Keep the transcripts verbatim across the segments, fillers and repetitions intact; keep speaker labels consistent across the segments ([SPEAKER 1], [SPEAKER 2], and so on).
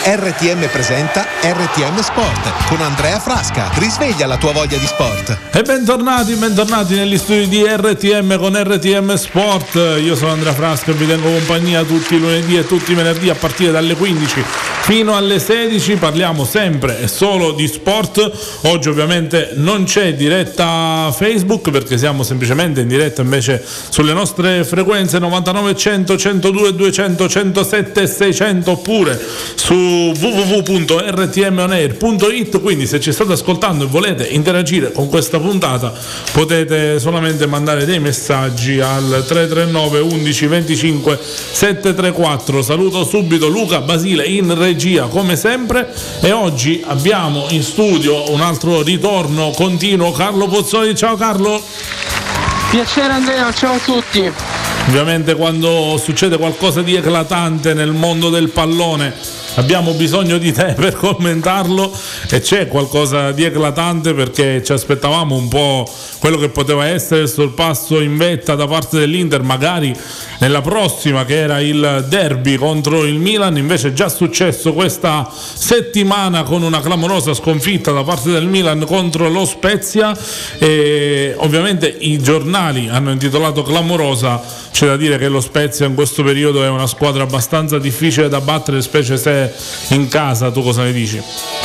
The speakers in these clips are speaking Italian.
[SPEAKER 1] R T M presenta R T M Sport con Andrea Frasca. Risveglia la tua voglia di sport.
[SPEAKER 2] E bentornati, bentornati negli studi di R T M con R T M Sport. Io sono Andrea Frasca e vi tengo compagnia tutti i lunedì e tutti i venerdì a partire dalle quindici fino alle sedici. Parliamo sempre e solo di sport. Oggi ovviamente non c'è diretta Facebook perché siamo semplicemente in diretta invece sulle nostre frequenze novantanove cento, centodue, duecento, centosette e seicento oppure su w w w punto r t m on air punto i t. Quindi se ci state ascoltando e volete interagire con questa puntata potete solamente mandare dei messaggi al tre tre nove undici venticinque settecentotrentaquattro. Saluto subito Luca Basile in regia come sempre e oggi abbiamo in studio un altro ritorno continuo, Carlo Pozzoli. Ciao Carlo.
[SPEAKER 3] Piacere Andrea, ciao a tutti.
[SPEAKER 2] Ovviamente quando succede qualcosa di eclatante nel mondo del pallone abbiamo bisogno di te per commentarlo e c'è qualcosa di eclatante perché ci aspettavamo un po' quello che poteva essere il sorpasso in vetta da parte dell'Inter, magari nella prossima che era il derby contro il Milan. Invece è già successo questa settimana con una clamorosa sconfitta da parte del Milan contro lo Spezia e ovviamente i giornali hanno intitolato clamorosa. C'è da dire che lo Spezia in questo periodo è una squadra abbastanza difficile da battere, specie se in casa. Tu cosa ne dici?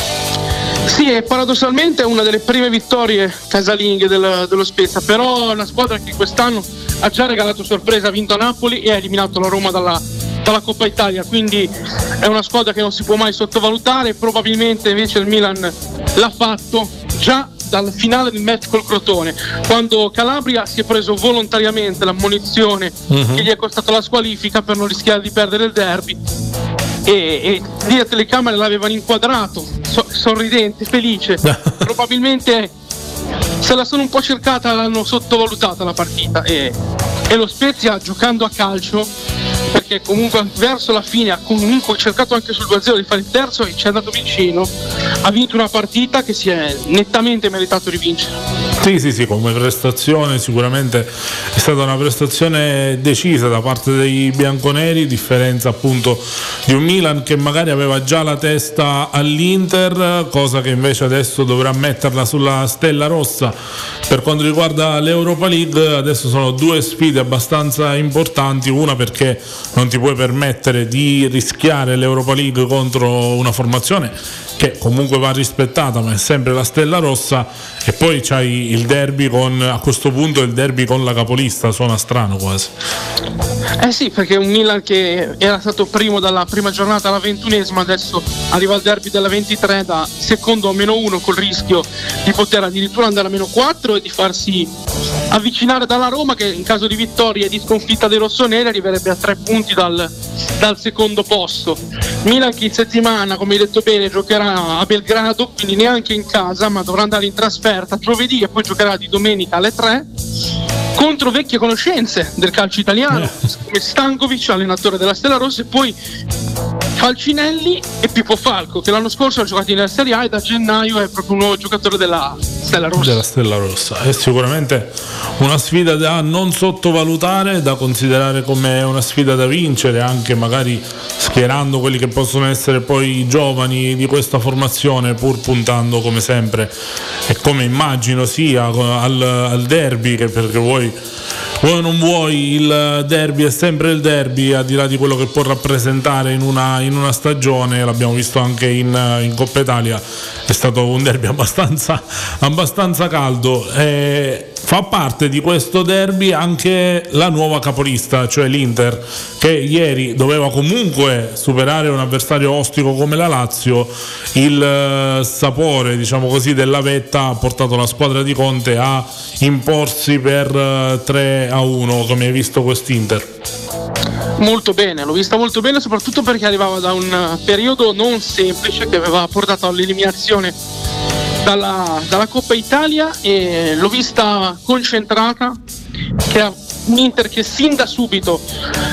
[SPEAKER 3] Sì, è paradossalmente una delle prime vittorie casalinghe del, dello Spezia, però è una squadra che quest'anno ha già regalato sorpresa, ha vinto a Napoli e ha eliminato la Roma dalla, dalla Coppa Italia, quindi è una squadra che non si può mai sottovalutare. Probabilmente invece il Milan l'ha fatto già dal finale del match col Crotone, quando Calabria si è preso volontariamente l'ammonizione uh-huh. che gli è costata la squalifica per non rischiare di perdere il derby e, e lì a telecamere l'avevano inquadrato so, sorridente, felice. Probabilmente se la sono un po' cercata, l'hanno sottovalutata la partita e, e lo Spezia giocando a calcio, perché comunque verso la fine ha comunque cercato anche sul due a zero di fare il terzo e ci è andato vicino, ha vinto una partita che si è nettamente meritato di vincere.
[SPEAKER 2] Sì, sì, sì, come prestazione sicuramente è stata una prestazione decisa da parte dei bianconeri, differenza appunto di un Milan che magari aveva già la testa all'Inter, cosa che invece adesso dovrà metterla sulla stella rossa. Per quanto riguarda l'Europa League adesso sono due sfide abbastanza importanti, una perché non ti puoi permettere di rischiare l'Europa League contro una formazione che comunque va rispettata ma è sempre la stella rossa, e poi c'hai il derby con, a questo punto il derby con la capolista, suona strano quasi.
[SPEAKER 3] Eh sì, perché un Milan che era stato primo dalla prima giornata alla ventunesima adesso arriva al derby della ventitré da secondo a meno uno, col rischio di poter addirittura andare a meno quattro e di farsi avvicinare dalla Roma, che in caso di vittoria e di sconfitta dei rossoneri arriverebbe a tre punti dal, dal secondo posto. Milan che in settimana, come hai detto bene, giocherà a Belgrado, quindi neanche in casa, ma dovrà andare in trasferta giovedì e poi giocherà di domenica alle tre contro vecchie conoscenze del calcio italiano come Stankovic, allenatore della Stella Rossa, e poi Falcinelli e Pippo Falco, che l'anno scorso ha giocato in Serie A e da gennaio è proprio un nuovo giocatore della Stella Rossa.
[SPEAKER 2] Della Stella Rossa. È sicuramente una sfida da non sottovalutare, da considerare come una sfida da vincere, anche magari schierando quelli che possono essere poi i giovani di questa formazione, pur puntando come sempre e come immagino sia al, al derby, che perché vuoi vuoi o non vuoi il derby è sempre il derby, al di là di quello che può rappresentare in una, in una stagione. L'abbiamo visto anche in, in Coppa Italia, è stato un derby abbastanza, abbastanza caldo. E fa parte di questo derby anche la nuova capolista, cioè l'Inter, che ieri doveva comunque superare un avversario ostico come la Lazio. Il sapore, diciamo così, della vetta ha portato la squadra di Conte a imporsi per tre a uno. Come hai visto quest'Inter?
[SPEAKER 3] Molto bene, l'ho vista molto bene, soprattutto perché arrivava da un periodo non semplice che aveva portato all'eliminazione dalla, dalla Coppa Italia, e l'ho vista concentrata, che è un Inter che sin da subito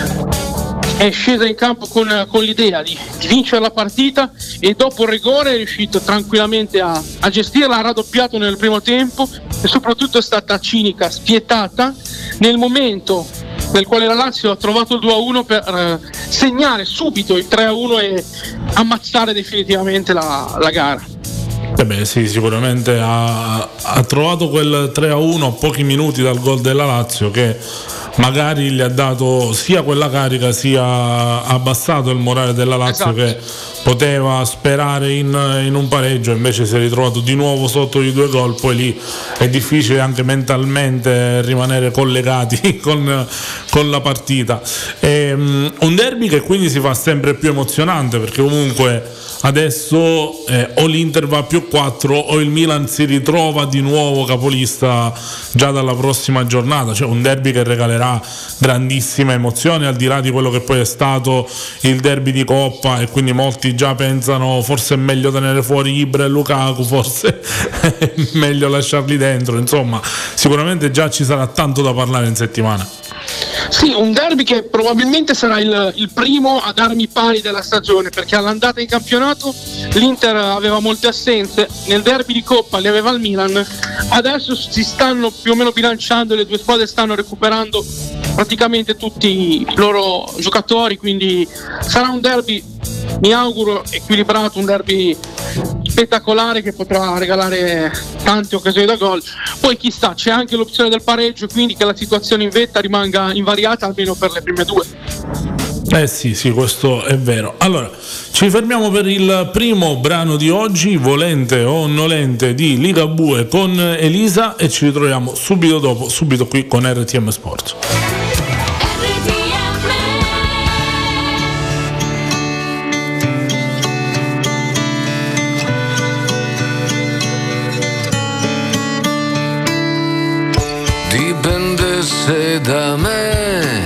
[SPEAKER 3] è scesa in campo con, con l'idea di, di vincere la partita, e dopo il rigore è riuscito tranquillamente a, a gestirla, ha raddoppiato nel primo tempo e soprattutto è stata cinica, spietata nel momento nel quale la Lazio ha trovato il due a uno per eh, segnare subito il tre a uno e ammazzare definitivamente la, la gara.
[SPEAKER 2] Eh beh sì, sicuramente ha, ha trovato quel tre a uno a pochi minuti dal gol della Lazio, che magari gli ha dato sia quella carica sia abbassato il morale della Lazio, esatto, che poteva sperare in, in un pareggio, invece si è ritrovato di nuovo sotto i due gol. Poi lì è difficile anche mentalmente rimanere collegati con, con la partita. E, um, un derby che quindi si fa sempre più emozionante, perché comunque adesso eh, o l'Inter va a più quattro o il Milan si ritrova di nuovo capolista già dalla prossima giornata, cioè un derby che regalerà grandissime emozioni, al di là di quello che poi è stato il derby di Coppa, e quindi molti già pensano forse è meglio tenere fuori Ibra e Lukaku, forse è meglio lasciarli dentro. Insomma, sicuramente già ci sarà tanto da parlare in settimana.
[SPEAKER 3] Sì, un derby che probabilmente sarà il, il primo ad armi pari della stagione, perché all'andata in campionato l'Inter aveva molte assenze, nel derby di Coppa le aveva il Milan, adesso si stanno più o meno bilanciando, le due squadre stanno recuperando praticamente tutti i loro giocatori, quindi sarà un derby, mi auguro, equilibrato, un derby spettacolare che potrà regalare tante occasioni da gol. Poi chissà, c'è anche l'opzione del pareggio, quindi che la situazione in vetta rimanga invariata almeno per le prime due.
[SPEAKER 2] Eh sì, sì, questo è vero. Allora, ci fermiamo per il primo brano di oggi, Volente o Nolente di Ligabue con Elisa, e ci ritroviamo subito dopo, subito qui con R T M Sport.
[SPEAKER 4] Dipendesse da me,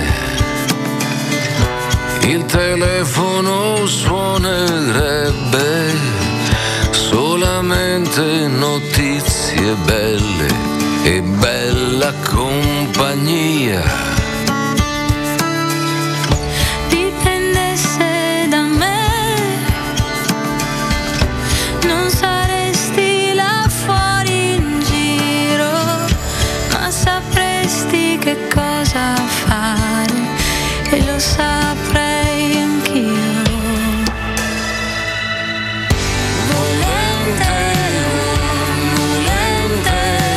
[SPEAKER 4] il telefono suonerebbe solamente notizie belle e bella compagnia.
[SPEAKER 5] Dipendesse da me, non saresti là fuori in giro, ma sapresti che cosa fare e lo saprei anch'io. Volente, volente,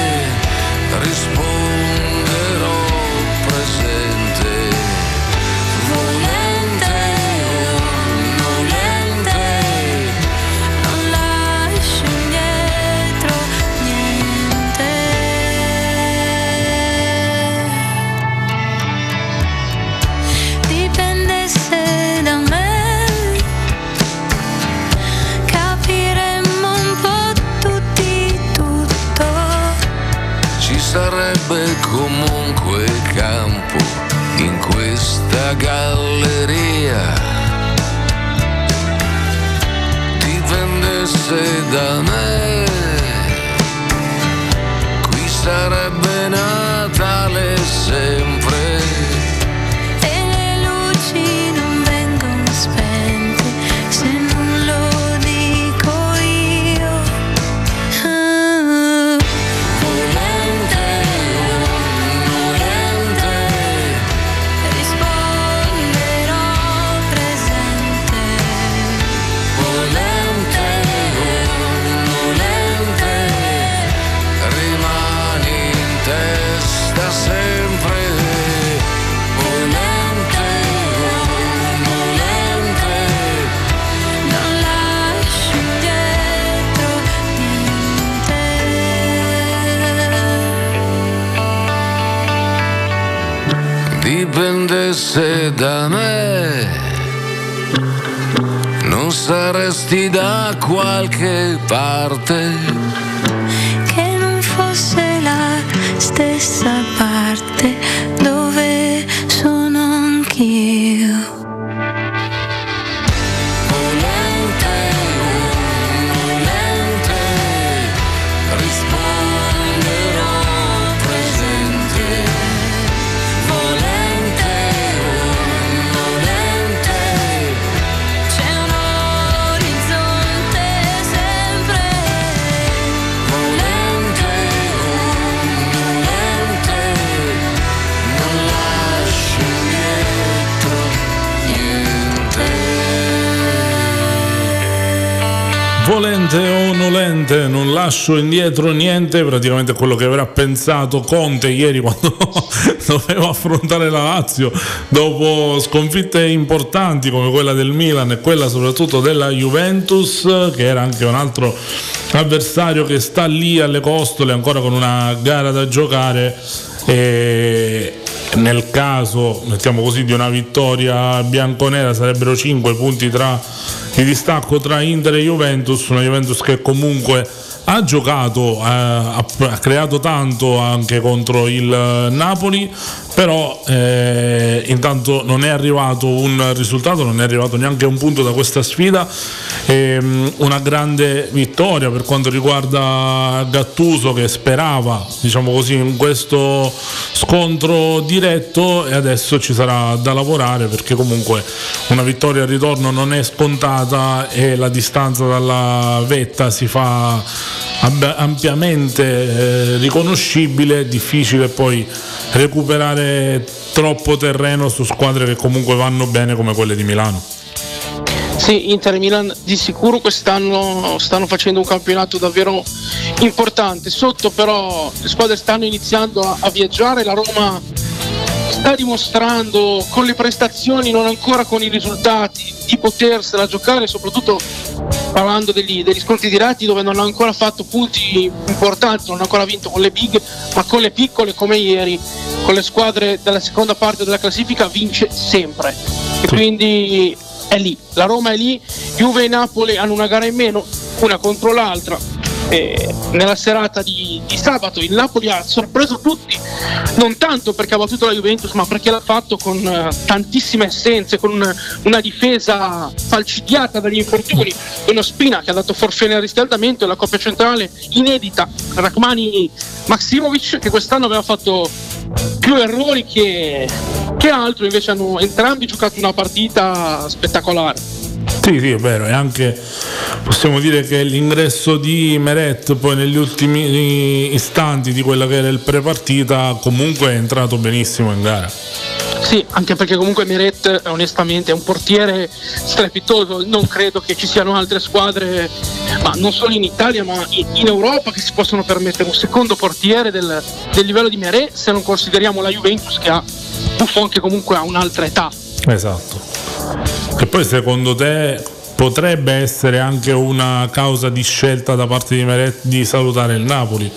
[SPEAKER 4] risponderò presente.
[SPEAKER 5] volente, volente, non lascio indietro niente. Dipendesse da me, capiremmo un po' tutti tutto.
[SPEAKER 4] Ci sarebbe comunque campo in questa galleria. Dipendesse da me, qui sarebbe Natale sempre.
[SPEAKER 5] E le luci non vengono spente se non lo dico io. Ah. Volente, volente, risponderò presente. Volente, volente,
[SPEAKER 4] Rimani in testa sempre.
[SPEAKER 5] volente, volente, non lascio indietro niente.
[SPEAKER 4] Dipendesse da me, non saresti da qualche parte.
[SPEAKER 5] Che non fosse la stessa parte dove sono anch'io.
[SPEAKER 4] Volente, volente, risponderò presente.
[SPEAKER 5] Volente, volente, c'è un orizzonte sempre. Volente, volente,
[SPEAKER 2] Volente o nolente, non lascio indietro niente, praticamente quello che avrà pensato Conte ieri quando doveva affrontare la Lazio dopo sconfitte importanti come quella del Milan e quella soprattutto della Juventus, che era anche un altro avversario che sta lì alle costole ancora con una gara da giocare. E nel caso, mettiamo così, di una vittoria bianconera sarebbero cinque punti tra di distacco tra Inter e Juventus, una Juventus che comunque ha giocato, ha, ha creato tanto anche contro il Napoli, però eh, intanto non è arrivato un risultato, non è arrivato neanche un punto da questa sfida. E, um, una grande vittoria per quanto riguarda Gattuso, che sperava, diciamo così, in questo scontro diretto, e adesso ci sarà da lavorare perché comunque una vittoria al ritorno non è scontata e la distanza dalla vetta si fa ampiamente eh, riconoscibile. È difficile poi recuperare troppo terreno su squadre che comunque vanno bene come quelle di Milano.
[SPEAKER 3] Sì, Inter e Milan di sicuro quest'anno stanno facendo un campionato davvero importante. Sotto però le squadre stanno iniziando a, a viaggiare, la Roma sta dimostrando con le prestazioni, non ancora con i risultati, di potersela giocare, soprattutto parlando degli, degli scontri diretti dove non ha ancora fatto punti importanti, non ha ancora vinto con le big, ma con le piccole come ieri, con le squadre della seconda parte della classifica vince sempre. E quindi è lì, la Roma è lì, Juve e Napoli hanno una gara in meno, una contro l'altra. E nella serata di, di sabato il Napoli ha sorpreso tutti, non tanto perché ha battuto la Juventus, ma perché l'ha fatto con uh, tantissime assenze, con una, una difesa falcidiata dagli infortuni, uno Spina che ha dato forfè nel riscaldamento e la coppia centrale inedita, Rachmani Maksimovic, che quest'anno aveva fatto più errori che, che altro, invece hanno entrambi giocato una partita spettacolare.
[SPEAKER 2] Sì, sì, è vero, e anche possiamo dire che l'ingresso di Meret poi negli ultimi istanti di quella che era il prepartita comunque è entrato benissimo in gara.
[SPEAKER 3] Sì, anche perché comunque Meret onestamente è un portiere strepitoso, non credo che ci siano altre squadre, ma non solo in Italia ma in Europa, che si possono permettere un secondo portiere del, del livello di Meret, se non consideriamo la Juventus che ha Buffon che comunque ha un'altra età.
[SPEAKER 2] Esatto. Che poi secondo te potrebbe essere anche una causa di scelta da parte di Meret di salutare il Napoli?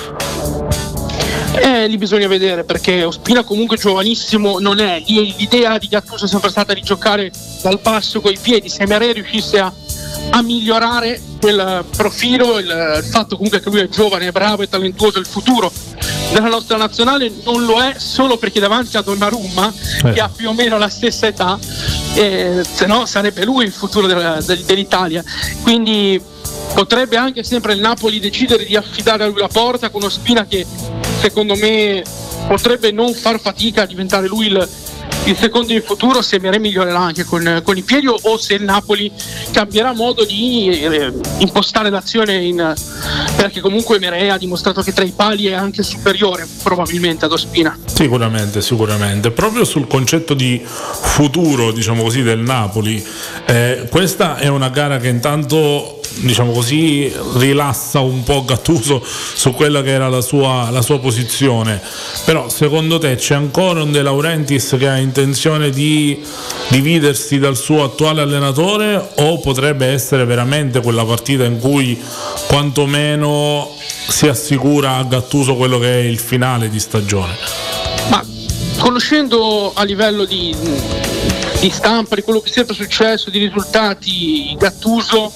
[SPEAKER 3] Eh, lì bisogna vedere, perché Ospina comunque giovanissimo non è, l'idea di Gattuso è sempre stata di giocare dal basso coi piedi. Se Meret riuscisse a, a migliorare quel profilo, il, il fatto comunque che lui è giovane, è bravo, è talentuoso, il futuro della nostra nazionale non lo è solo perché davanti a Donnarumma eh. che ha più o meno la stessa età, eh, se no sarebbe lui il futuro della, dell'Italia. Quindi potrebbe anche sempre il Napoli decidere di affidare a lui la porta, con Ospina che secondo me potrebbe non far fatica a diventare lui il, il secondo in futuro, se Meret migliorerà anche con, con i piedi, o se il Napoli cambierà modo di eh, impostare l'azione, in, perché comunque Meret ha dimostrato che tra i pali è anche superiore probabilmente ad Ospina.
[SPEAKER 2] Sicuramente, sicuramente. Proprio sul concetto di futuro, diciamo così, del Napoli, eh, questa è una gara che intanto, diciamo così, rilassa un po' Gattuso su quella che era la sua, la sua posizione. Però secondo te c'è ancora un De Laurentiis che ha intenzione di dividersi dal suo attuale allenatore, o potrebbe essere veramente quella partita in cui quantomeno si assicura a Gattuso quello che è il finale di stagione?
[SPEAKER 3] Ma conoscendo a livello di, di stampa, di quello che è sempre successo, di risultati, Gattuso,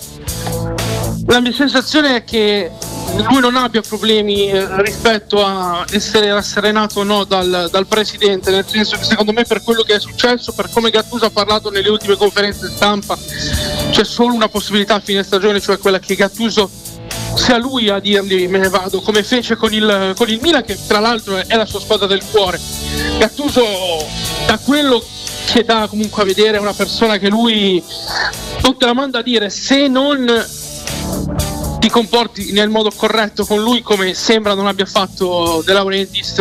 [SPEAKER 3] la mia sensazione è che lui non abbia problemi rispetto a essere rasserenato o no dal, dal presidente, nel senso che secondo me, per quello che è successo, per come Gattuso ha parlato nelle ultime conferenze stampa, c'è solo una possibilità a fine stagione, cioè quella che Gattuso sia lui a dirgli me ne vado, come fece con il, con il Milan, che tra l'altro è la sua squadra del cuore. Gattuso, da quello che dà comunque a vedere, è una persona che lui non te la manda a dire, se non ti comporti nel modo corretto con lui, come sembra non abbia fatto De Laurentiis.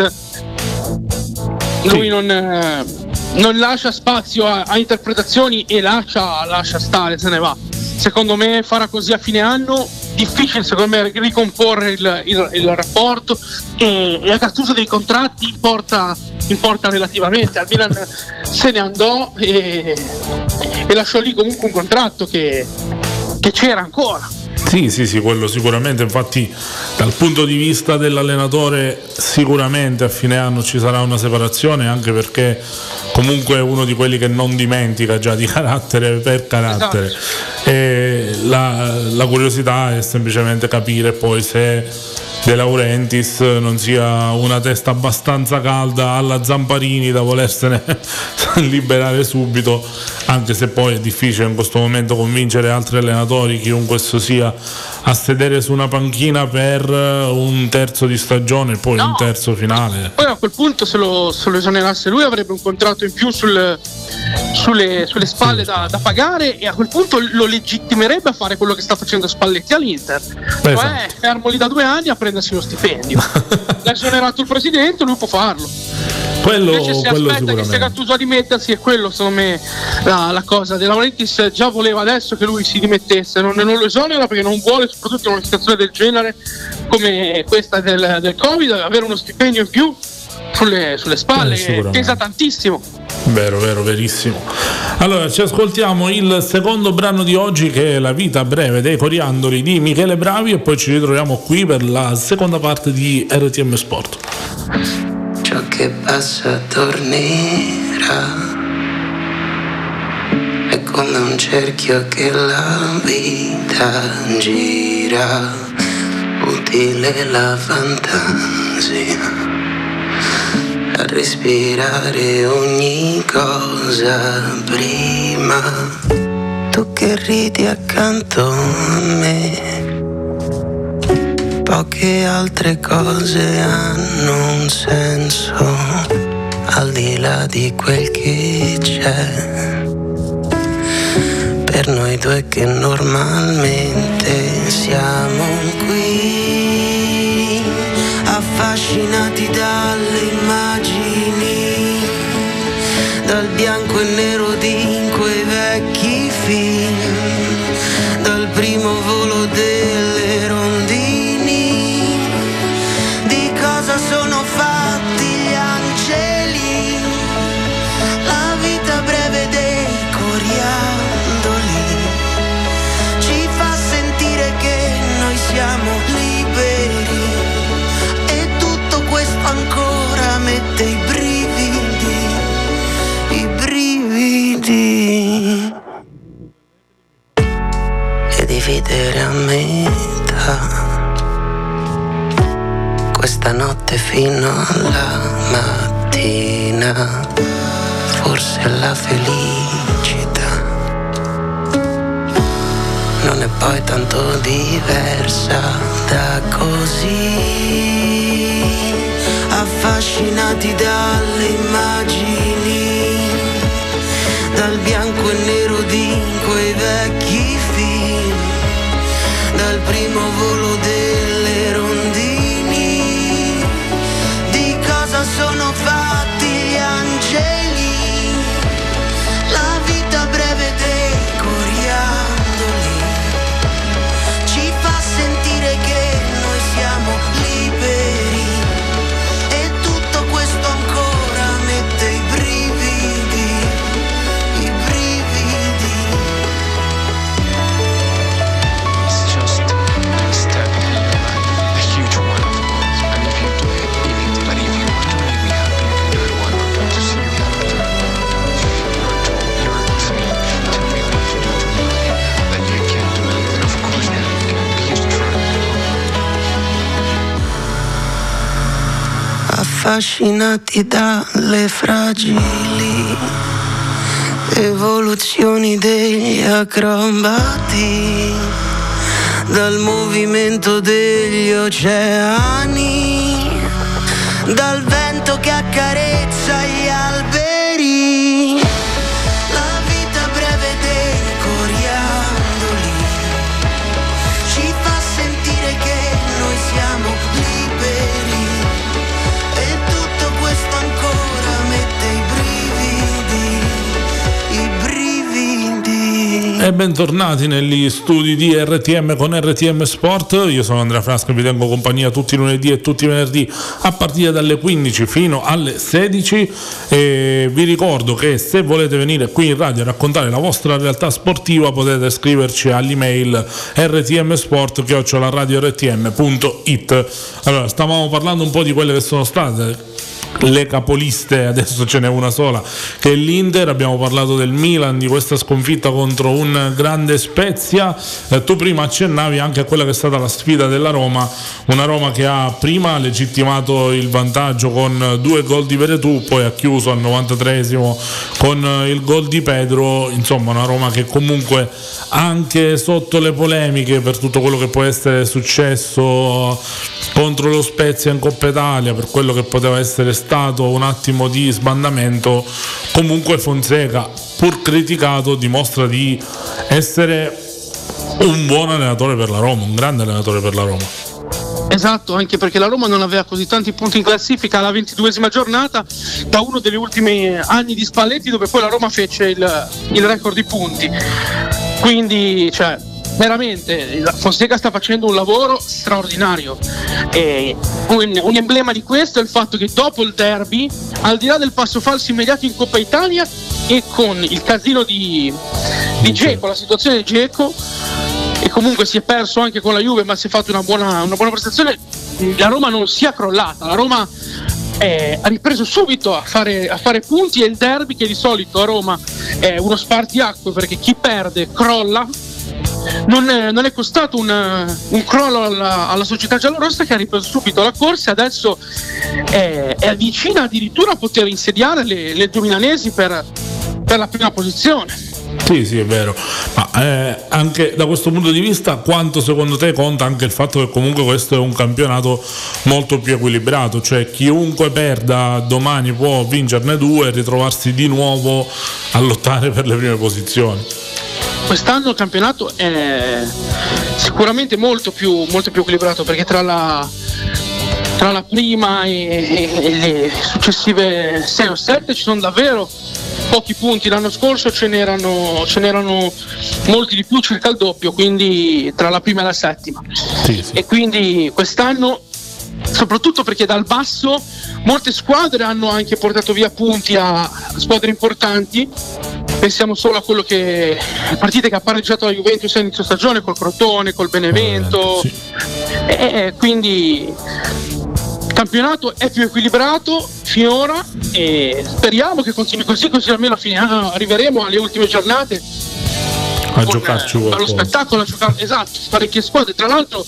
[SPEAKER 3] Lui sì. non, eh, non lascia spazio a, a interpretazioni, e lascia, lascia stare, se ne va. secondo me farà così a fine anno, difficile secondo me ricomporre il, il, il rapporto, e, e a Gattuso dei contratti importa, importa relativamente. Al Milan se ne andò e, e lasciò lì comunque un contratto che, che c'era ancora.
[SPEAKER 2] Sì, sì, sì, quello sicuramente. Infatti dal punto di vista dell'allenatore sicuramente a fine anno ci sarà una separazione, anche perché comunque è uno di quelli che non dimentica già di carattere per carattere. Esatto. E la, la curiosità è semplicemente capire poi se De Laurentiis non sia una testa abbastanza calda alla Zamparini da volersene liberare subito, anche se poi è difficile in questo momento convincere altri allenatori, chiunque esso sia, a sedere su una panchina per un terzo di stagione e poi no. un terzo finale.
[SPEAKER 3] Poi a quel punto se lo, se lo esonerasse lui avrebbe un contratto in più sul, sulle, sulle spalle sì. da, da pagare, e a quel punto lo legittimerebbe a fare quello che sta facendo Spalletti all'Inter. Beh, cioè esatto. fermo lì da due anni a prendersi lo stipendio. L'ha esonerato il presidente, lui può farlo.
[SPEAKER 2] Quello,
[SPEAKER 3] Invece si
[SPEAKER 2] quello
[SPEAKER 3] aspetta che sia Gattuso a dimettersi, e quello secondo me la, la cosa. De Laurentiis già voleva adesso che lui si dimettesse, non, non lo esonera perché non vuole, soprattutto in una situazione del genere come questa del, del Covid, avere uno stipendio in più sulle, sulle spalle, eh, pesa tantissimo.
[SPEAKER 2] Vero, vero, verissimo. Allora ci ascoltiamo il secondo brano di oggi, che è La vita breve dei coriandoli di Michele Bravi, e poi ci ritroviamo qui per la seconda parte di R T M Sport.
[SPEAKER 6] Ciò che passa tornerà, è come un cerchio che la vita gira, utile la fantasia a respirare ogni cosa prima. Tu che ridi accanto a me, poche altre cose hanno un senso al di là di quel che c'è. Per noi due che normalmente siamo qui, affascinati dalle immagini, dal bianco e nero di quei vecchi film, dal primo volo delle rondini. Di cosa sono fatti gli angeli? La vita breve dei coriandoli ci fa sentire che noi siamo liberi, e tutto questo ancora mette i brividi, i brividi. E dividere a metà questa notte fino alla mattina, forse la felicità non è poi tanto diversa da così, affascinati dalle immagini, dal bianco e nero di quei vecchi film, dal primo volo delle rondini. Di cosa sono fatti gli angeli? La vita breve dei coriandoli ci fa sentire che noi siamo liberi, e tutto questo ancora mette i brividi, i brividi.
[SPEAKER 7] It's just a step in your life, a huge one of course, and if you do it, even but if you want to make me happy, you can do it one more time to see me happy. You're told, you're saying, tell me what you do to me, that you can't do it, of course now you can be strong.
[SPEAKER 6] Affascinati dalle fragili evoluzioni degli acrobati, dal movimento degli oceani, dal vento che accarezza gli alberi. La vita breve dei coriandoli ci fa sentire che noi siamo liberi, e tutto questo ancora mette i brividi, i brividi.
[SPEAKER 2] E bentornati negli studi di R T M con R T M Sport. Io sono Andrea Frasca e vi tengo compagnia tutti i lunedì e tutti i venerdì a partire dalle quindici fino alle sedici, e vi ricordo che se volete venire qui in radio a raccontare la vostra realtà sportiva potete scriverci all'email rtmsport chiocciola radio r t m punto it. Allora, stavamo parlando un po' di quelle che sono state le capoliste, adesso ce n'è una sola che è l'Inter. Abbiamo parlato del Milan, di questa sconfitta contro un grande Spezia. Eh, tu prima accennavi anche a quella che è stata la sfida della Roma, una Roma che ha prima legittimato il vantaggio con due gol di Veretù, poi ha chiuso al novantatreesimo con il gol di Pedro. Insomma, una Roma che comunque, anche sotto le polemiche per tutto quello che può essere successo contro lo Spezia in Coppa Italia, per quello che poteva essere stato un attimo di sbandamento, comunque Fonseca, pur criticato, dimostra di essere un buon allenatore per la Roma, un grande allenatore per la Roma.
[SPEAKER 3] Esatto, anche perché la Roma non aveva così tanti punti in classifica alla ventiduesima giornata, da uno degli ultimi anni di Spalletti, dove poi la Roma fece il, il record di punti. Quindi, cioè, veramente Fonseca sta facendo un lavoro straordinario, e un, un emblema di questo è il fatto che dopo il derby, al di là del passo falso immediato in Coppa Italia e con il casino di, di Dzeko, la situazione di Dzeko, e comunque si è perso anche con la Juve, ma si è fatto una buona, una buona prestazione, la Roma non si è crollata, la Roma eh, ha ripreso subito a fare, a fare punti, e il derby, che di solito a Roma è uno spartiacque perché chi perde crolla, Non è, non è costato un, un crollo alla, alla società giallorossa, che ha ripreso subito la corsa, e adesso è, è vicina addirittura a poter insediare le, le due milanesi per, per la prima posizione.
[SPEAKER 2] Sì, sì, è vero, ma eh, anche da questo punto di vista, quanto secondo te conta anche il fatto che comunque questo è un campionato molto più equilibrato, cioè chiunque perda domani può vincerne due e ritrovarsi di nuovo a lottare per le prime posizioni?
[SPEAKER 3] Quest'anno il campionato è sicuramente molto più, molto più equilibrato, perché tra la, tra la prima e, e le successive sei o sette ci sono davvero pochi punti. L'anno scorso ce n'erano, ce n'erano molti di più, circa il doppio, quindi tra la prima e la settima.
[SPEAKER 2] Sì, sì.
[SPEAKER 3] E quindi quest'anno, soprattutto perché dal basso molte squadre hanno anche portato via punti a squadre importanti. Pensiamo solo a quello che partite che ha pareggiato la Juventus a inizio stagione col Crotone, col Benevento,
[SPEAKER 2] sì.
[SPEAKER 3] E quindi il campionato è più equilibrato finora, e speriamo che continui così, così almeno finiamo, arriveremo alle ultime giornate
[SPEAKER 2] a
[SPEAKER 3] con,
[SPEAKER 2] giocarci
[SPEAKER 3] eh, allo spettacolo, a giocare, esatto, parecchie squadre. Tra l'altro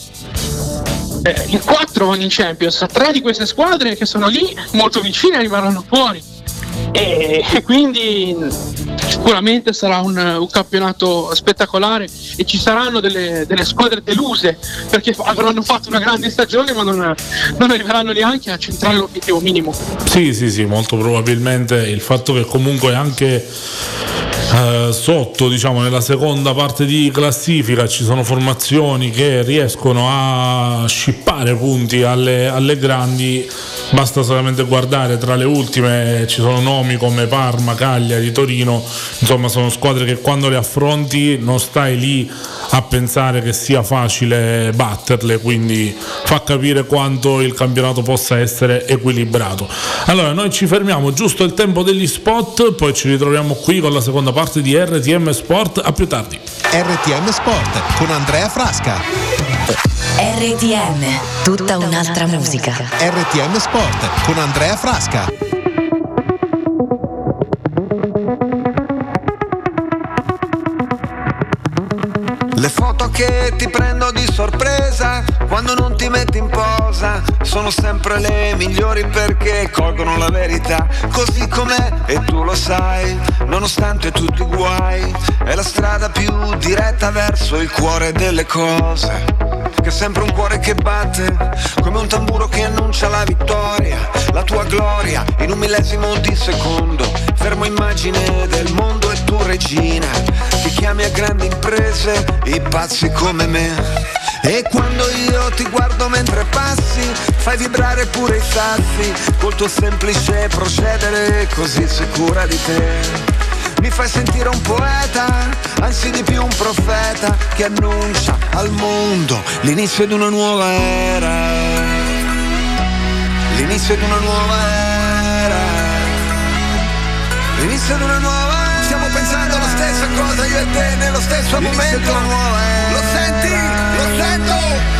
[SPEAKER 3] eh, in quattro vanno in Champions, tre di queste squadre che sono lì molto vicine rimarranno fuori, e, e quindi sicuramente sarà un, un campionato spettacolare, e ci saranno delle, delle squadre deluse perché avranno fatto una grande stagione ma non, non arriveranno neanche a centrare l'obiettivo minimo.
[SPEAKER 2] Sì, sì, sì, molto probabilmente il fatto che comunque anche eh, sotto, diciamo, nella seconda parte di classifica ci sono formazioni che riescono a scippare punti alle, alle grandi. Basta solamente guardare tra le ultime, ci sono nomi come Parma, Cagliari, Torino, insomma sono squadre che quando le affronti non stai lì a pensare che sia facile batterle, quindi fa capire quanto il campionato possa essere equilibrato. Allora, noi ci fermiamo giusto il tempo degli spot, poi ci ritroviamo qui con la seconda parte di R T M Sport. A più tardi.
[SPEAKER 1] R T M Sport con Andrea Frasca.
[SPEAKER 8] R T M, tutta un'altra musica.
[SPEAKER 1] R T M Sport con Andrea Frasca.
[SPEAKER 6] Le foto che ti prendo di sorpresa quando non ti metti in posa sono sempre le migliori, perché colgono la verità così com'è, e tu lo sai, nonostante tutti i guai. È la strada più diretta verso il cuore delle cose, che è sempre un cuore che batte come un tamburo che annuncia la vittoria, la tua gloria in un millesimo di secondo. Fermo immagine del mondo e tu regina, ti chiami a grandi imprese i pazzi come me. E quando io ti guardo mentre passi, fai vibrare pure i sassi col tuo semplice procedere, così sicura di te. Mi fai sentire un poeta, anzi di più un profeta, che annuncia al mondo l'inizio di una nuova era. L'inizio di una nuova era. L'inizio di una nuova era. Stiamo pensando alla stessa cosa io e te nello stesso l'inizio momento di una nuova era. Lo senti? Lo sento?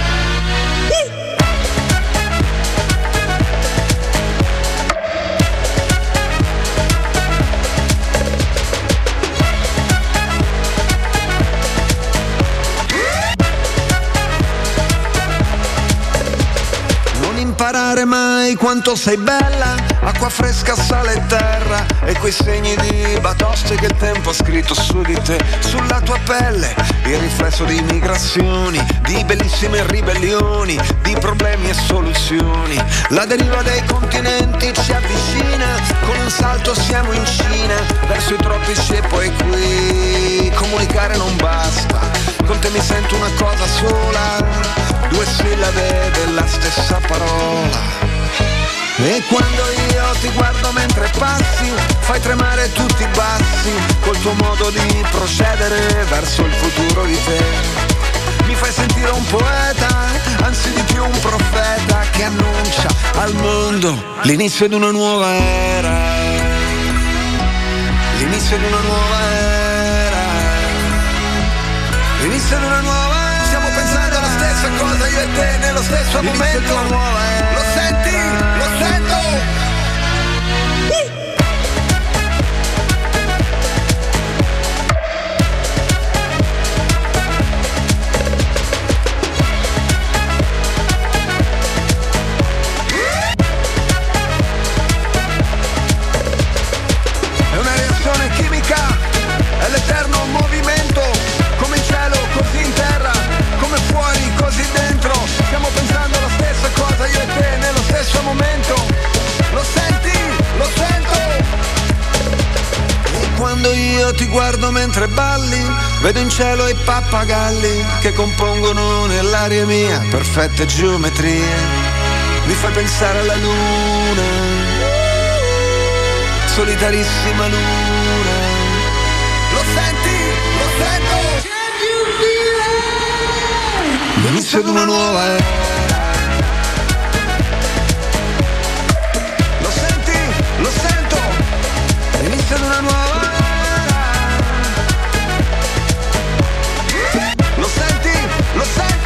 [SPEAKER 6] Imparare mai quanto sei bella, acqua fresca, sale e terra, e quei segni di batoste che il tempo ha scritto su di te, sulla tua pelle, il riflesso di migrazioni, di bellissime ribellioni, di problemi e soluzioni. La deriva dei continenti ci avvicina, con un salto siamo in Cina, verso i tropici e poi qui. Comunicare non basta, con te mi sento una cosa sola, due sillabe della stessa parola. E quando io ti guardo mentre passi, fai tremare tutti i bassi, col tuo modo di procedere verso il futuro di te. Mi fai sentire un poeta, anzi di più un profeta, che annuncia al mondo l'inizio di una nuova era. L'inizio di una nuova era. L'inizio di una nuova era. Stiamo pensando alla stessa cosa io e te nello stesso momento. Lo senti? Lo sento? È una reazione chimica, è l'eterno movimento, come in cielo, così in terra, come fuori, così dentro. Stiamo pensando alla stessa cosa io e te nello stesso momento. Lo senti? Lo sento? E quando io ti guardo mentre balli, vedo in cielo i pappagalli che compongono nell'aria mia perfette geometrie. Mi fai pensare alla luna, solitarissima luna. Lo senti? Lo sento? L'inizio di una nuova era. Lo senti? Lo sento? L'inizio di una nuova era. Lo senti? Lo sento?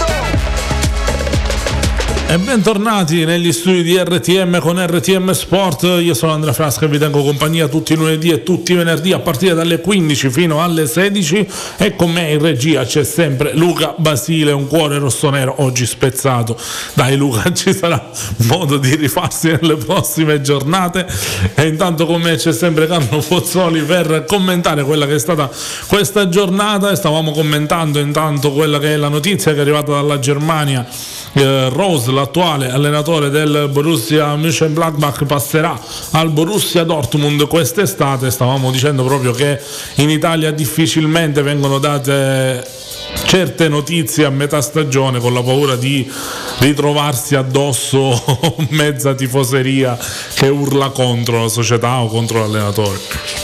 [SPEAKER 2] E bentornati negli studi di R T M con R T M Sport. Io sono Andrea Frasca e vi tengo compagnia tutti i lunedì e tutti i venerdì a partire dalle quindici fino alle sedici, e con me in regia c'è sempre Luca Basile, un cuore rossonero oggi spezzato. Dai Luca, ci sarà modo di rifarsi nelle prossime giornate. E intanto con me c'è sempre Carlo Pozzoli per commentare quella che è stata questa giornata. E stavamo commentando intanto quella che è la notizia che è arrivata dalla Germania. eh, Rose, l'attuale allenatore del Borussia Mönchengladbach, passerà al Borussia Dortmund quest'estate. Stavamo dicendo proprio che in Italia difficilmente vengono date certe notizie a metà stagione, con la paura di ritrovarsi addosso mezza tifoseria che urla contro la società o contro l'allenatore.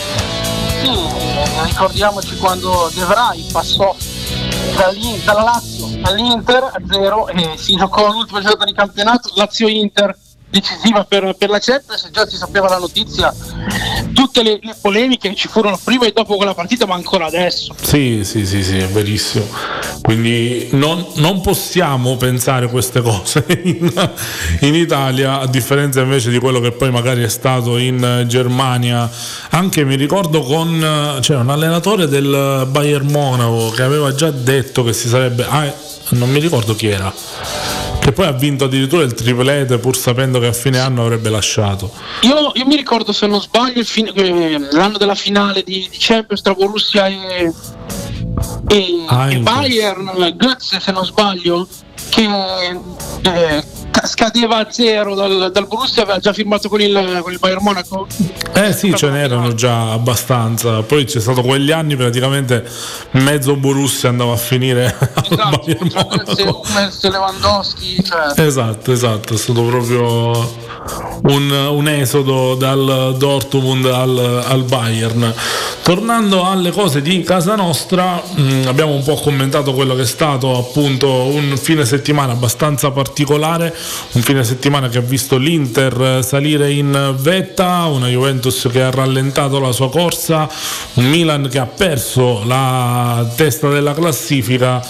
[SPEAKER 3] Sì, ricordiamoci quando De Vrij passò dalla Lazio all'Inter a zero e si giocò l'ultima giornata di campionato, Lazio-Inter decisiva per, per la Champions. Già si sapeva la notizia, tutte le, le polemiche che ci furono prima e dopo quella partita, ma ancora adesso.
[SPEAKER 2] Sì, sì, sì, sì, è verissimo. Quindi non, non possiamo pensare queste cose in, in Italia, a differenza invece di quello che poi magari è stato in Germania. Anche mi ricordo con c'era un allenatore del Bayern Monaco che aveva già detto che si sarebbe, ah, non mi ricordo chi era, che poi ha vinto addirittura il triplete pur sapendo che a fine anno avrebbe lasciato.
[SPEAKER 3] Io, io mi ricordo, se non sbaglio, il fin- eh, l'anno della finale di, di Champions tra Borussia e, e,
[SPEAKER 2] ah,
[SPEAKER 3] e Bayern, Götze se non sbaglio, che eh, scadeva a zero dal, dal Borussia, aveva già firmato con il, con il Bayern Monaco.
[SPEAKER 2] Eh sì, ce n'erano già abbastanza. Poi c'è stato quegli anni praticamente mezzo Borussia andava a finire
[SPEAKER 3] esatto,
[SPEAKER 2] al Bayern Monaco.
[SPEAKER 3] Se Lewandowski, cioè.
[SPEAKER 2] Esatto, esatto, è stato proprio un, un esodo dal Dortmund al, al Bayern. Tornando alle cose di casa nostra, mh, abbiamo un po' commentato quello che è stato appunto un fine settimana abbastanza particolare, un fine settimana che ha visto l'Inter salire in vetta, una Juventus che ha rallentato la sua corsa, un Milan che ha perso la testa della classifica.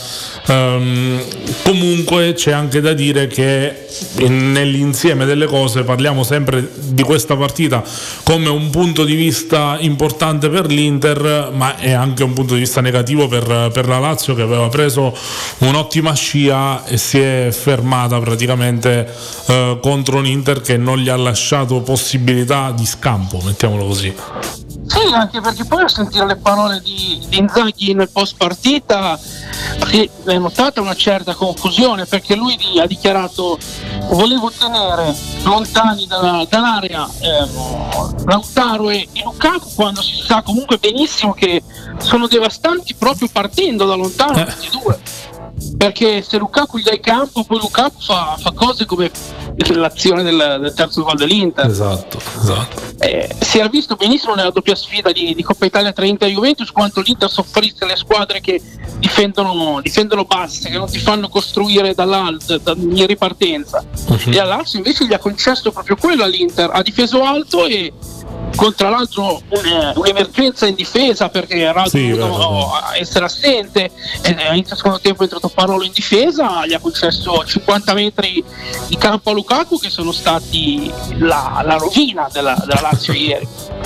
[SPEAKER 2] Um, comunque c'è anche da dire che nell'insieme delle cose parliamo sempre di questa partita come un punto di vista importante per l'Inter, ma è anche un punto di vista negativo per, per la Lazio, che aveva preso un'ottima scia e si è fermata praticamente uh, contro un Inter che non gli ha lasciato possibilità di scampo, mettiamolo così.
[SPEAKER 3] Sì, anche perché poi a sentire le parole di, di Inzaghi nel post partita si è notata una certa confusione, perché lui ha dichiarato: volevo tenere lontani dalla, dall'area eh, Lautaro e, e Lukaku, quando si sa comunque benissimo che sono devastanti proprio partendo da lontano questi due, perché se Lukaku gli dà il campo, poi Lukaku fa, fa cose come l'azione del, del terzo gol dell'Inter.
[SPEAKER 2] Esatto, esatto.
[SPEAKER 3] Eh, si era visto benissimo nella doppia sfida di, di Coppa Italia tra Inter e Juventus quanto l'Inter soffrisse le squadre che difendono, difendono basse, che non ti fanno costruire dall'alto, da, in ripartenza. Uh-huh. E all'Alzio invece gli ha concesso proprio quello all'Inter, ha difeso alto e con tra l'altro un, un'emergenza in difesa, perché Radu
[SPEAKER 2] sì,
[SPEAKER 3] dovuto essere assente e in secondo tempo è entrato Parolo in difesa, gli ha concesso cinquanta metri di campo a Lukaku che sono stati la, la rovina della, della Lazio ieri.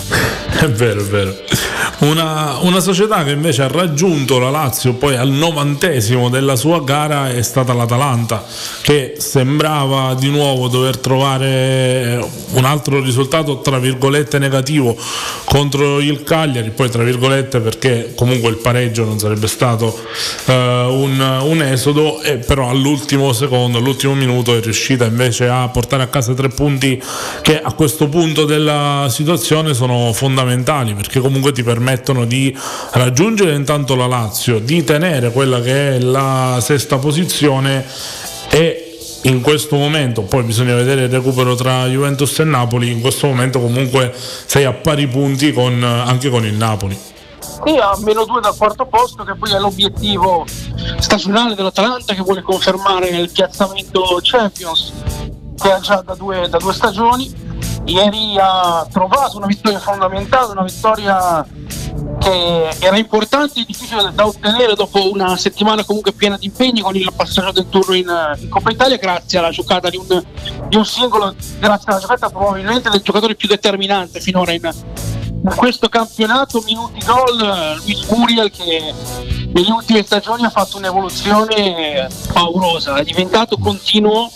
[SPEAKER 2] È vero, è vero. Una, una società che invece ha raggiunto la Lazio poi al novantesimo della sua gara è stata l'Atalanta, che sembrava di nuovo dover trovare un altro risultato tra virgolette negativo contro il Cagliari, poi tra virgolette perché comunque il pareggio non sarebbe stato uh, un, un esodo, e però all'ultimo secondo, all'ultimo minuto è riuscita invece a portare a casa tre punti che a questo punto della situazione sono fondamentali, perché comunque ti permettono di raggiungere intanto la Lazio, di tenere quella che è la sesta posizione, e in questo momento poi bisogna vedere il recupero tra Juventus e Napoli. In questo momento comunque sei a pari punti con, anche con il Napoli.
[SPEAKER 3] Qui a meno due dal quarto posto, che poi è l'obiettivo stagionale dell'Atalanta, che vuole confermare il piazzamento Champions che ha già da due, da due stagioni. Ieri ha trovato una vittoria fondamentale, una vittoria che era importante e difficile da ottenere dopo una settimana comunque piena di impegni, con il passaggio del turno in, in Coppa Italia, grazie alla giocata di un, di un singolo, grazie alla giocata probabilmente del giocatore più determinante finora in, in questo campionato, minuti gol, Luis Muriel, che negli ultimi stagioni ha fatto un'evoluzione paurosa, è diventato continuo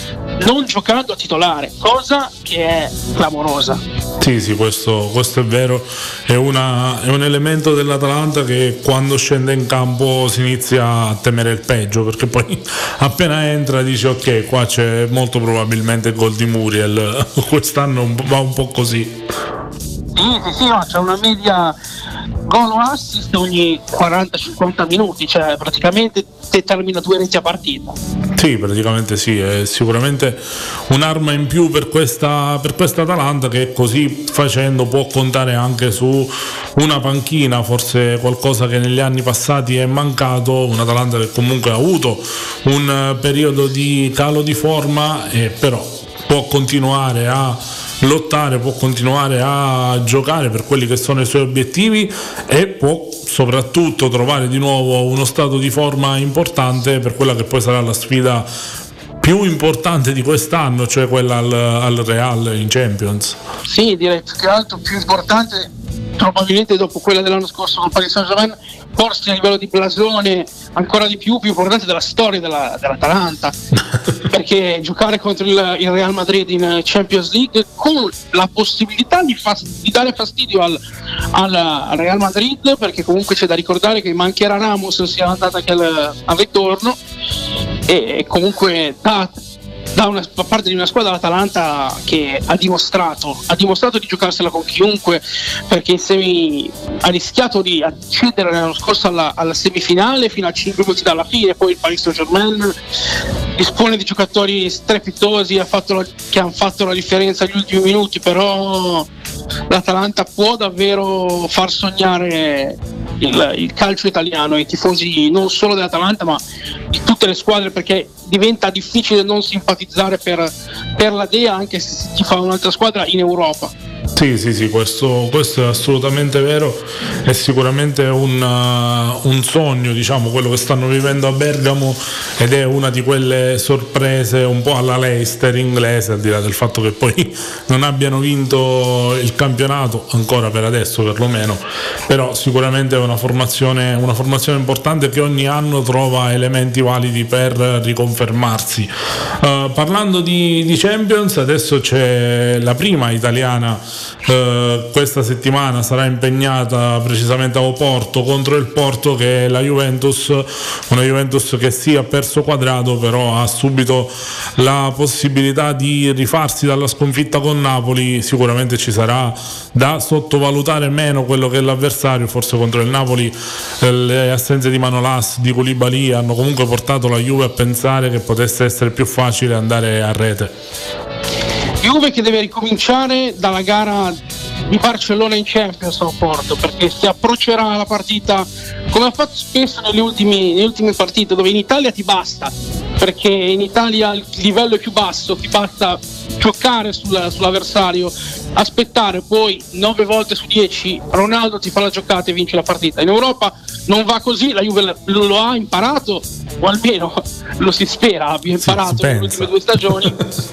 [SPEAKER 3] non giocando a titolare, cosa che è clamorosa.
[SPEAKER 2] Sì, sì, questo, questo è vero, è, una, è un elemento dell'Atalanta che quando scende in campo si inizia a temere il peggio, perché poi appena entra dice ok, qua c'è molto probabilmente il gol di Muriel, quest'anno va un po' così.
[SPEAKER 3] Sì, sì, sì, no, c'è una media gol o assist ogni quaranta cinquanta minuti, cioè praticamente determina due reti a partita.
[SPEAKER 2] Sì, praticamente sì, è sicuramente un'arma in più per questa, per questa Atalanta, che così facendo può contare anche su una panchina, forse qualcosa che negli anni passati è mancato. Un'Atalanta che comunque ha avuto un periodo di calo di forma, e però può continuare a lottare, può continuare a giocare per quelli che sono i suoi obiettivi, e può soprattutto trovare di nuovo uno stato di forma importante per quella che poi sarà la sfida più importante di quest'anno, cioè quella al, al Real in Champions.
[SPEAKER 3] Sì, direi più che altro più importante probabilmente dopo quella dell'anno scorso con Paris Saint-Germain, forse a livello di blasone ancora di più, più importante della storia della, dell'Atalanta perché giocare contro il, il Real Madrid in Champions League con la possibilità di, fas- di dare fastidio al, al, al Real Madrid, perché comunque c'è da ricordare che mancherà Ramos, sia andata anche al, al ritorno, e, e comunque da da una parte di una squadra, l'Atalanta, che ha dimostrato ha dimostrato di giocarsela con chiunque, perché in semi ha rischiato di accedere l'anno scorso alla, alla semifinale fino a cinque minuti dalla fine, poi il Paris Saint-Germain dispone di giocatori strepitosi, ha fatto la, che hanno fatto la differenza negli ultimi minuti, però l'Atalanta può davvero far sognare il, il calcio italiano, i tifosi non solo dell'Atalanta ma di tutte le squadre, perché diventa difficile non simpatizzare per, per la Dea anche se si fa un'altra squadra in Europa.
[SPEAKER 2] Sì, sì, sì, questo, questo è assolutamente vero, è sicuramente un, uh, un sogno, diciamo, quello che stanno vivendo a Bergamo, ed è una di quelle sorprese un po' alla Leicester inglese, al di là del fatto che poi non abbiano vinto il campionato, ancora per adesso perlomeno, però sicuramente è una formazione, una formazione importante che ogni anno trova elementi validi per riconfermarsi. Uh, parlando di, di Champions, adesso c'è la prima italiana. Uh, questa settimana sarà impegnata precisamente a Oporto contro il Porto, che è la Juventus, una Juventus che sì ha perso quadrato, però ha subito la possibilità di rifarsi dalla sconfitta con Napoli. Sicuramente ci sarà da sottovalutare meno quello che è l'avversario, forse contro il Napoli eh, le assenze di Manolas, di Koulibaly hanno comunque portato la Juve a pensare che potesse essere più facile andare a rete.
[SPEAKER 3] Juve che deve ricominciare dalla gara di Barcellona in Champions a Oporto, perché si approccerà alla partita come ha fatto spesso negli ultimi, nelle ultime partite, dove in Italia ti basta, perché in Italia il livello è più basso, ti basta giocare sulla, sull'avversario, aspettare, poi nove volte su dieci Ronaldo ti fa la giocata e vince la partita. In Europa non va così, la Juve lo, lo ha imparato, o almeno lo si spera abbia imparato
[SPEAKER 2] sì,
[SPEAKER 3] nelle ultime due stagioni.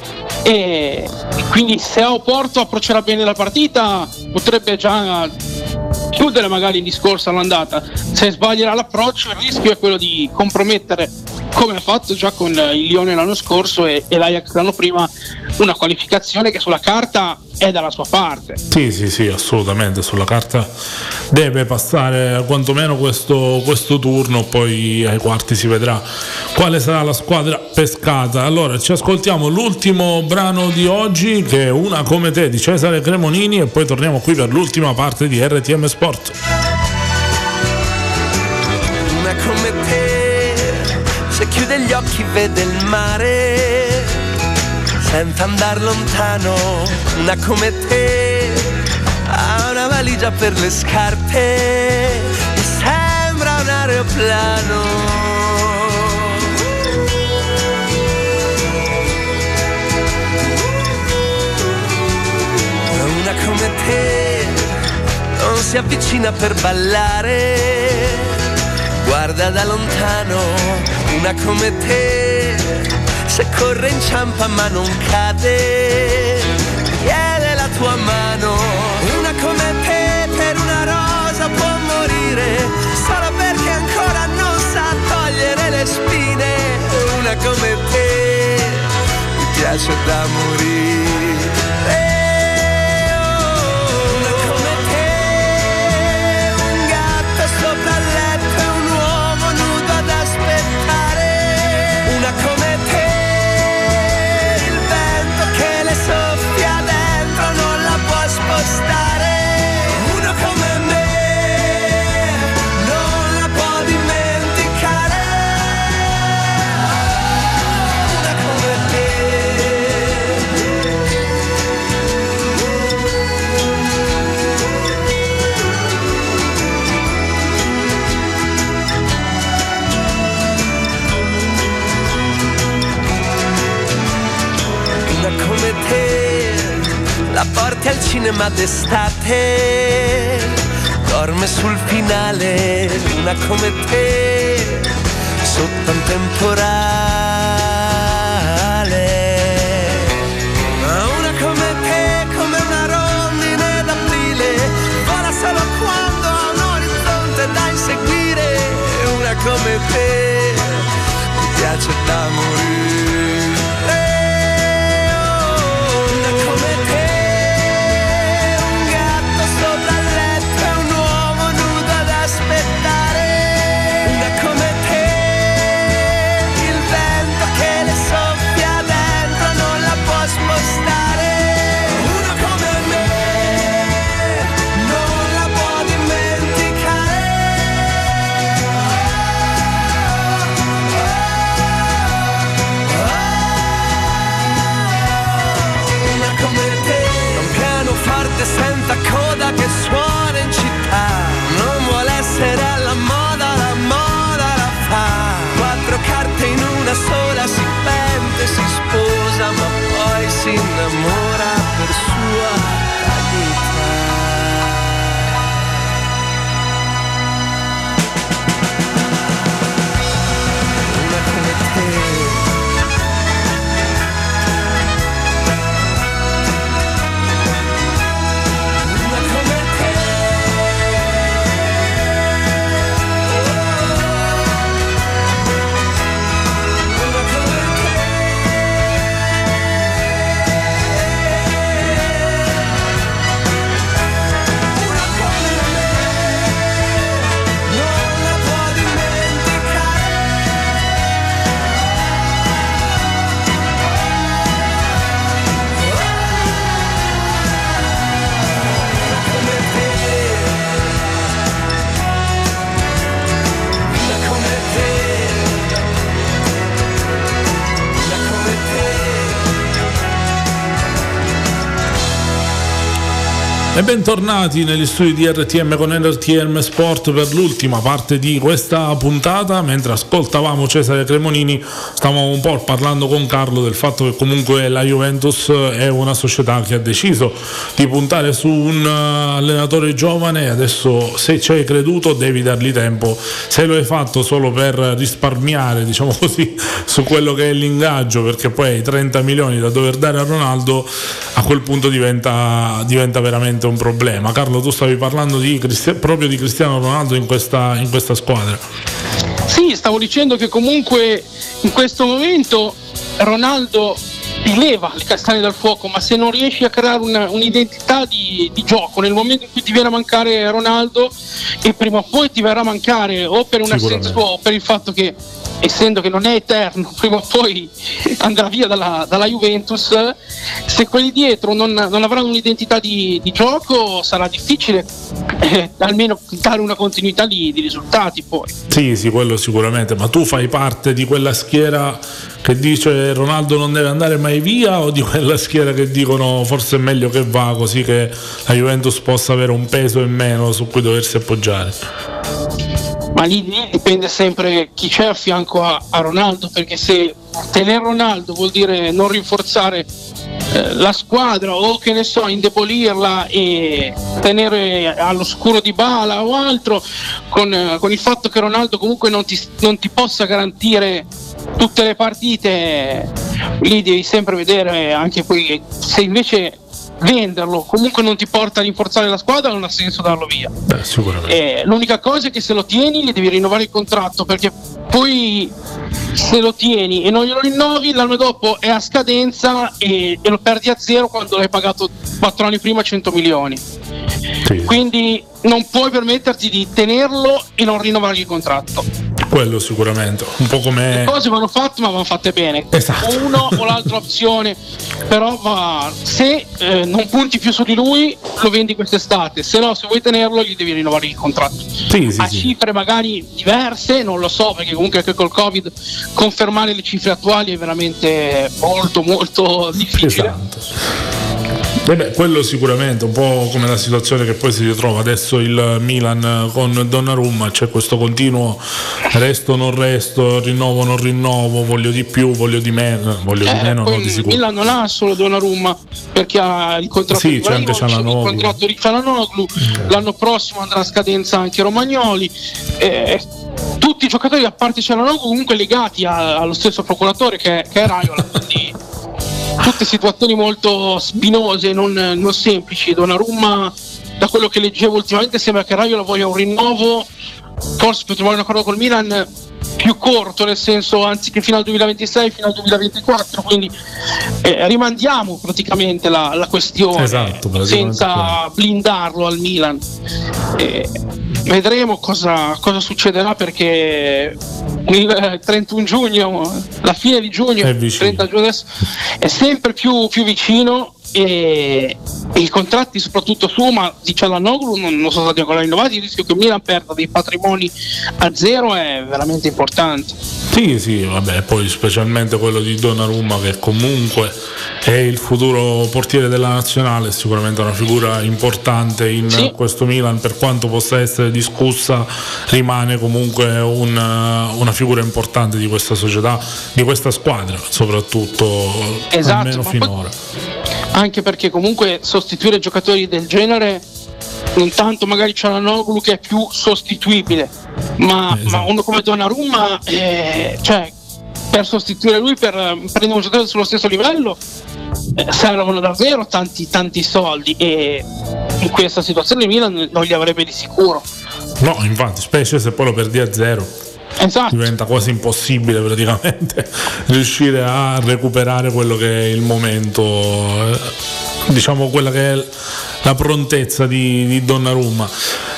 [SPEAKER 3] E quindi se a Oporto approccerà bene la partita potrebbe già chiudere magari il discorso all'andata. Se sbaglierà l'approccio il rischio è quello di compromettere, come ha fatto già con il Lione l'anno scorso e, e l'Ajax l'anno prima, una qualificazione che sulla carta è dalla sua parte.
[SPEAKER 2] Sì, sì, sì, assolutamente, sulla carta deve passare quantomeno questo, questo turno, poi ai quarti si vedrà quale sarà la squadra pescata. Allora ci ascoltiamo l'ultimo brano di oggi, che è Una come te di Cesare Cremonini, e poi torniamo qui per l'ultima parte di R T M Sport.
[SPEAKER 9] Una come te, se chiude gli occhi vede il mare senza andar lontano. Una come te ha una valigia per le scarpe e sembra un aeroplano. Una come te non si avvicina per ballare, guarda da lontano. Una come te se corre inciampa ma non cade, chiede la tua mano. Una come te per una rosa può morire solo perché ancora non sa togliere le spine. Una come te mi piace da morire. Una come te, un gatto sopra il letto e un uomo nudo ad aspettare. Una come te, soffia dentro, non la può spostare. Uno come me non la può dimenticare. Una come Una come te la porti al cinema d'estate, dorme sul finale. Una come te sotto un temporale. Una come te come una rondine d'aprile, vola solo quando ha un orizzonte da inseguire. Una come te mi piace da morire.
[SPEAKER 2] E bentornati negli studi di R T M con R T M Sport per l'ultima parte di questa puntata. Mentre ascoltavamo Cesare Cremonini, stavamo un po' parlando con Carlo del fatto che comunque la Juventus è una società che ha deciso di puntare su un allenatore giovane e adesso, se ci hai creduto, devi dargli tempo. Se lo hai fatto solo per risparmiare, diciamo così, su quello che è l'ingaggio, perché poi hai trenta milioni da dover dare a Ronaldo, a quel punto diventa, diventa veramente un problema. Carlo, tu stavi parlando di Cristi- proprio di Cristiano Ronaldo in questa, in questa squadra.
[SPEAKER 3] Sì, stavo dicendo che comunque in questo momento Ronaldo ti leva le castagne dal fuoco, ma se non riesci a creare una, un'identità di, di gioco nel momento in cui ti viene a mancare Ronaldo, e prima o poi ti verrà a mancare o per un'assenza sua o per il fatto che, essendo che non è eterno, prima o poi andrà via dalla, dalla Juventus, se quelli dietro non, non avranno un'identità di, di gioco sarà difficile eh, almeno dare una continuità di, di risultati poi.
[SPEAKER 2] Sì, sì, quello sicuramente, ma tu fai parte di quella schiera che dice Ronaldo non deve andare mai via, o di quella schiera che dicono forse è meglio che va, così che la Juventus possa avere un peso in meno su cui doversi appoggiare?
[SPEAKER 3] Ma lì, lì dipende sempre chi c'è a fianco a, a Ronaldo, perché se tenere Ronaldo vuol dire non rinforzare eh, la squadra, o che ne so, indebolirla e tenere all'oscuro Dybala o altro, con, eh, con il fatto che Ronaldo comunque non ti, non ti possa garantire tutte le partite, lì devi sempre vedere anche poi se invece venderlo comunque non ti porta a rinforzare la squadra, non ha senso darlo via.
[SPEAKER 2] Beh, sicuramente.
[SPEAKER 3] Eh, l'unica cosa è che se lo tieni gli devi rinnovare il contratto, perché poi se lo tieni e non glielo rinnovi l'anno dopo è a scadenza e, e lo perdi a zero quando l'hai pagato quattro anni prima cento milioni. Sì. Quindi non puoi permetterti di tenerlo e non rinnovargli il contratto.
[SPEAKER 2] Quello sicuramente, un po' come
[SPEAKER 3] le cose vanno fatte, ma vanno fatte bene.
[SPEAKER 2] Esatto.
[SPEAKER 3] O uno o l'altra opzione, però va, se eh, non punti più su di lui lo vendi quest'estate, se no, se vuoi tenerlo gli devi rinnovare il contratto.
[SPEAKER 2] Sì, sì,
[SPEAKER 3] a
[SPEAKER 2] sì.
[SPEAKER 3] Cifre magari diverse, non lo so, perché comunque anche col Covid confermare le cifre attuali è veramente molto molto difficile.
[SPEAKER 2] Esatto. E beh, quello sicuramente, un po' come la situazione che poi si ritrova adesso il Milan con Donnarumma, c'è questo continuo resto non resto, rinnovo non rinnovo, voglio di più, voglio di meno, voglio
[SPEAKER 3] eh,
[SPEAKER 2] di meno, no, di
[SPEAKER 3] il
[SPEAKER 2] sicuro.
[SPEAKER 3] Milan non ha solo Donnarumma, perché ha il contratto
[SPEAKER 2] sì,
[SPEAKER 3] di
[SPEAKER 2] c'è anche
[SPEAKER 3] Ibrahimovic, il contratto di Çalhanoğlu, mm. l'anno prossimo andrà a scadenza anche Romagnoli, eh, tutti i giocatori a parte Çalhanoğlu comunque legati a, allo stesso procuratore che, che è Raiola, quindi tutte situazioni molto spinose, non, non semplici. Donnarumma, da quello che leggevo ultimamente, sembra che Raiola voglia un rinnovo, forse per trovare un accordo col Milan più corto, nel senso anziché fino al duemilaventisei, fino al duemilaventiquattro, quindi eh, rimandiamo praticamente la, la questione,
[SPEAKER 2] esatto,
[SPEAKER 3] senza blindarlo al Milan. Eh, vedremo cosa, cosa succederà, perché il trentuno giugno, la fine di giugno, trenta giugno adesso, è sempre più, più vicino, e, e i contratti soprattutto su, ma di Çalhanoğlu non, non sono stati ancora rinnovati. Il rischio che Milan perda dei patrimoni a zero è veramente importante.
[SPEAKER 2] Sì, sì, vabbè, poi specialmente quello di Donnarumma, che comunque è il futuro portiere della nazionale, è sicuramente una figura importante in sì. questo Milan, per quanto possa essere discussa, rimane comunque un, una figura importante di questa società, di questa squadra soprattutto,
[SPEAKER 3] esatto,
[SPEAKER 2] almeno finora.
[SPEAKER 3] Anche perché comunque sostituire giocatori del genere, non tanto magari Çalhanoğlu che è più sostituibile, ma, esatto. ma uno come Donnarumma, eh, cioè per sostituire lui, per prendere un giocatore sullo stesso livello, eh, servono davvero tanti tanti soldi, e in questa situazione il Milan non li avrebbe di sicuro.
[SPEAKER 2] No, infatti, specie se poi lo perdi a zero.
[SPEAKER 3] Esatto.
[SPEAKER 2] Diventa quasi impossibile praticamente riuscire a recuperare quello che è il momento, diciamo quella che è la prontezza di, di Donnarumma. E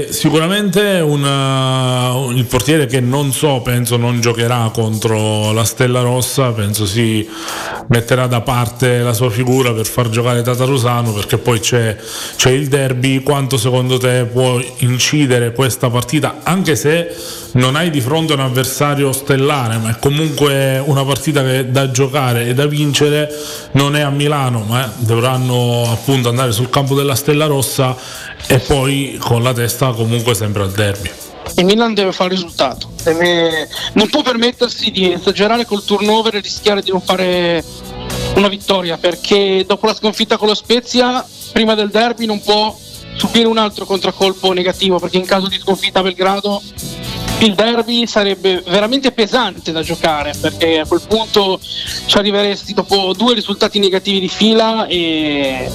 [SPEAKER 2] E sicuramente una, il portiere che non so, penso non giocherà contro la Stella Rossa, penso si metterà da parte la sua figura per far giocare Tatarusano, perché poi c'è, c'è il derby. Quanto secondo te può incidere questa partita, anche se non hai di fronte un avversario stellare, ma è comunque una partita che è da giocare e da vincere, non è a Milano, ma dovranno appunto andare sul campo della Stella Rossa e poi con la testa comunque sempre al derby.
[SPEAKER 3] Il Milan deve fare risultato, deve... non può permettersi di esagerare col turnover e rischiare di non fare una vittoria, perché dopo la sconfitta con lo Spezia, prima del derby non può subire un altro contraccolpo negativo, perché in caso di sconfitta a Belgrado il derby sarebbe veramente pesante da giocare, perché a quel punto ci arriveresti dopo due risultati negativi di fila e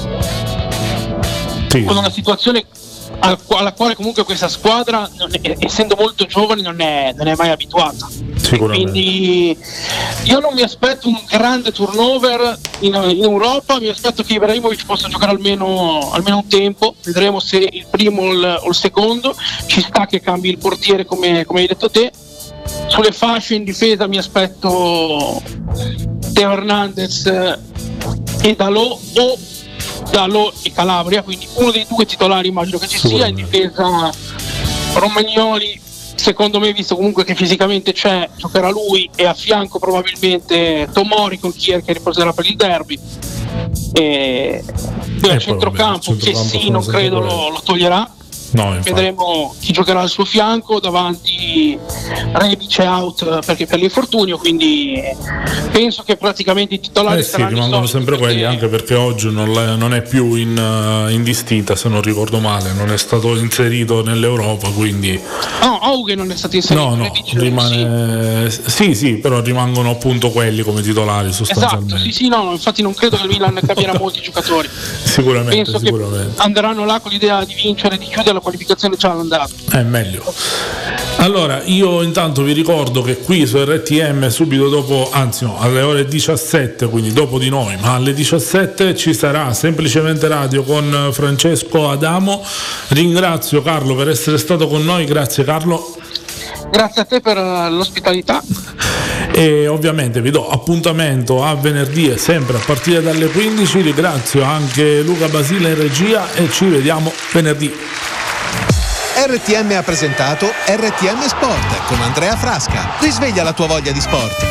[SPEAKER 3] sì, con una situazione alla quale comunque questa squadra, non è, essendo molto giovane, non è, non è mai abituata. Quindi io non mi aspetto un grande turnover in, in Europa, mi aspetto che Ibrahimovic possa giocare almeno, almeno un tempo, vedremo se il primo o il, o il secondo. Ci sta che cambi il portiere, come, come hai detto te. Sulle fasce in difesa mi aspetto Teo Hernandez e Dalot, o Dalot e Calabria, quindi uno dei due titolari immagino che ci sia. In difesa Romagnoli, secondo me, visto comunque che fisicamente c'è, giocherà lui, e a fianco probabilmente Tomori con Kier che riposerà per il derby. E poi al centrocampo, che sì, non credo lo, lo toglierà. No, vedremo chi giocherà al suo fianco. Davanti Rebic è out perché per l'infortunio, quindi penso che praticamente i titolari
[SPEAKER 2] eh sì, rimangono sempre perché... quelli, anche perché oggi non, le, non è più in, uh, in distita, se non ricordo male, non è stato inserito nell'Europa, quindi
[SPEAKER 3] no, Auge non è stato inserito.
[SPEAKER 2] No, no, rimane... sì. sì, sì, però rimangono appunto quelli come titolari sostanzialmente.
[SPEAKER 3] Esatto, sì, sì, no, infatti non credo che il Milan cambierà molti giocatori.
[SPEAKER 2] Sicuramente,
[SPEAKER 3] penso
[SPEAKER 2] sicuramente.
[SPEAKER 3] Che andranno là con l'idea di vincere, di chiudere la qualificazione già all'andata.
[SPEAKER 2] È meglio. Allora, io intanto vi ricordo che qui su R T M subito dopo, anzi no, alle ore diciassette, quindi dopo di noi, ma alle diciassette ci sarà Semplicemente Radio con Francesco Adamo. Ringrazio Carlo per essere stato con noi, grazie Carlo.
[SPEAKER 3] Grazie a te per l'ospitalità.
[SPEAKER 2] E ovviamente vi do appuntamento a venerdì e sempre a partire dalle quindici. Ringrazio anche Luca Basile in regia e ci vediamo venerdì.
[SPEAKER 1] R T M ha presentato R T M Sport con Andrea Frasca. Risveglia la tua voglia di sport.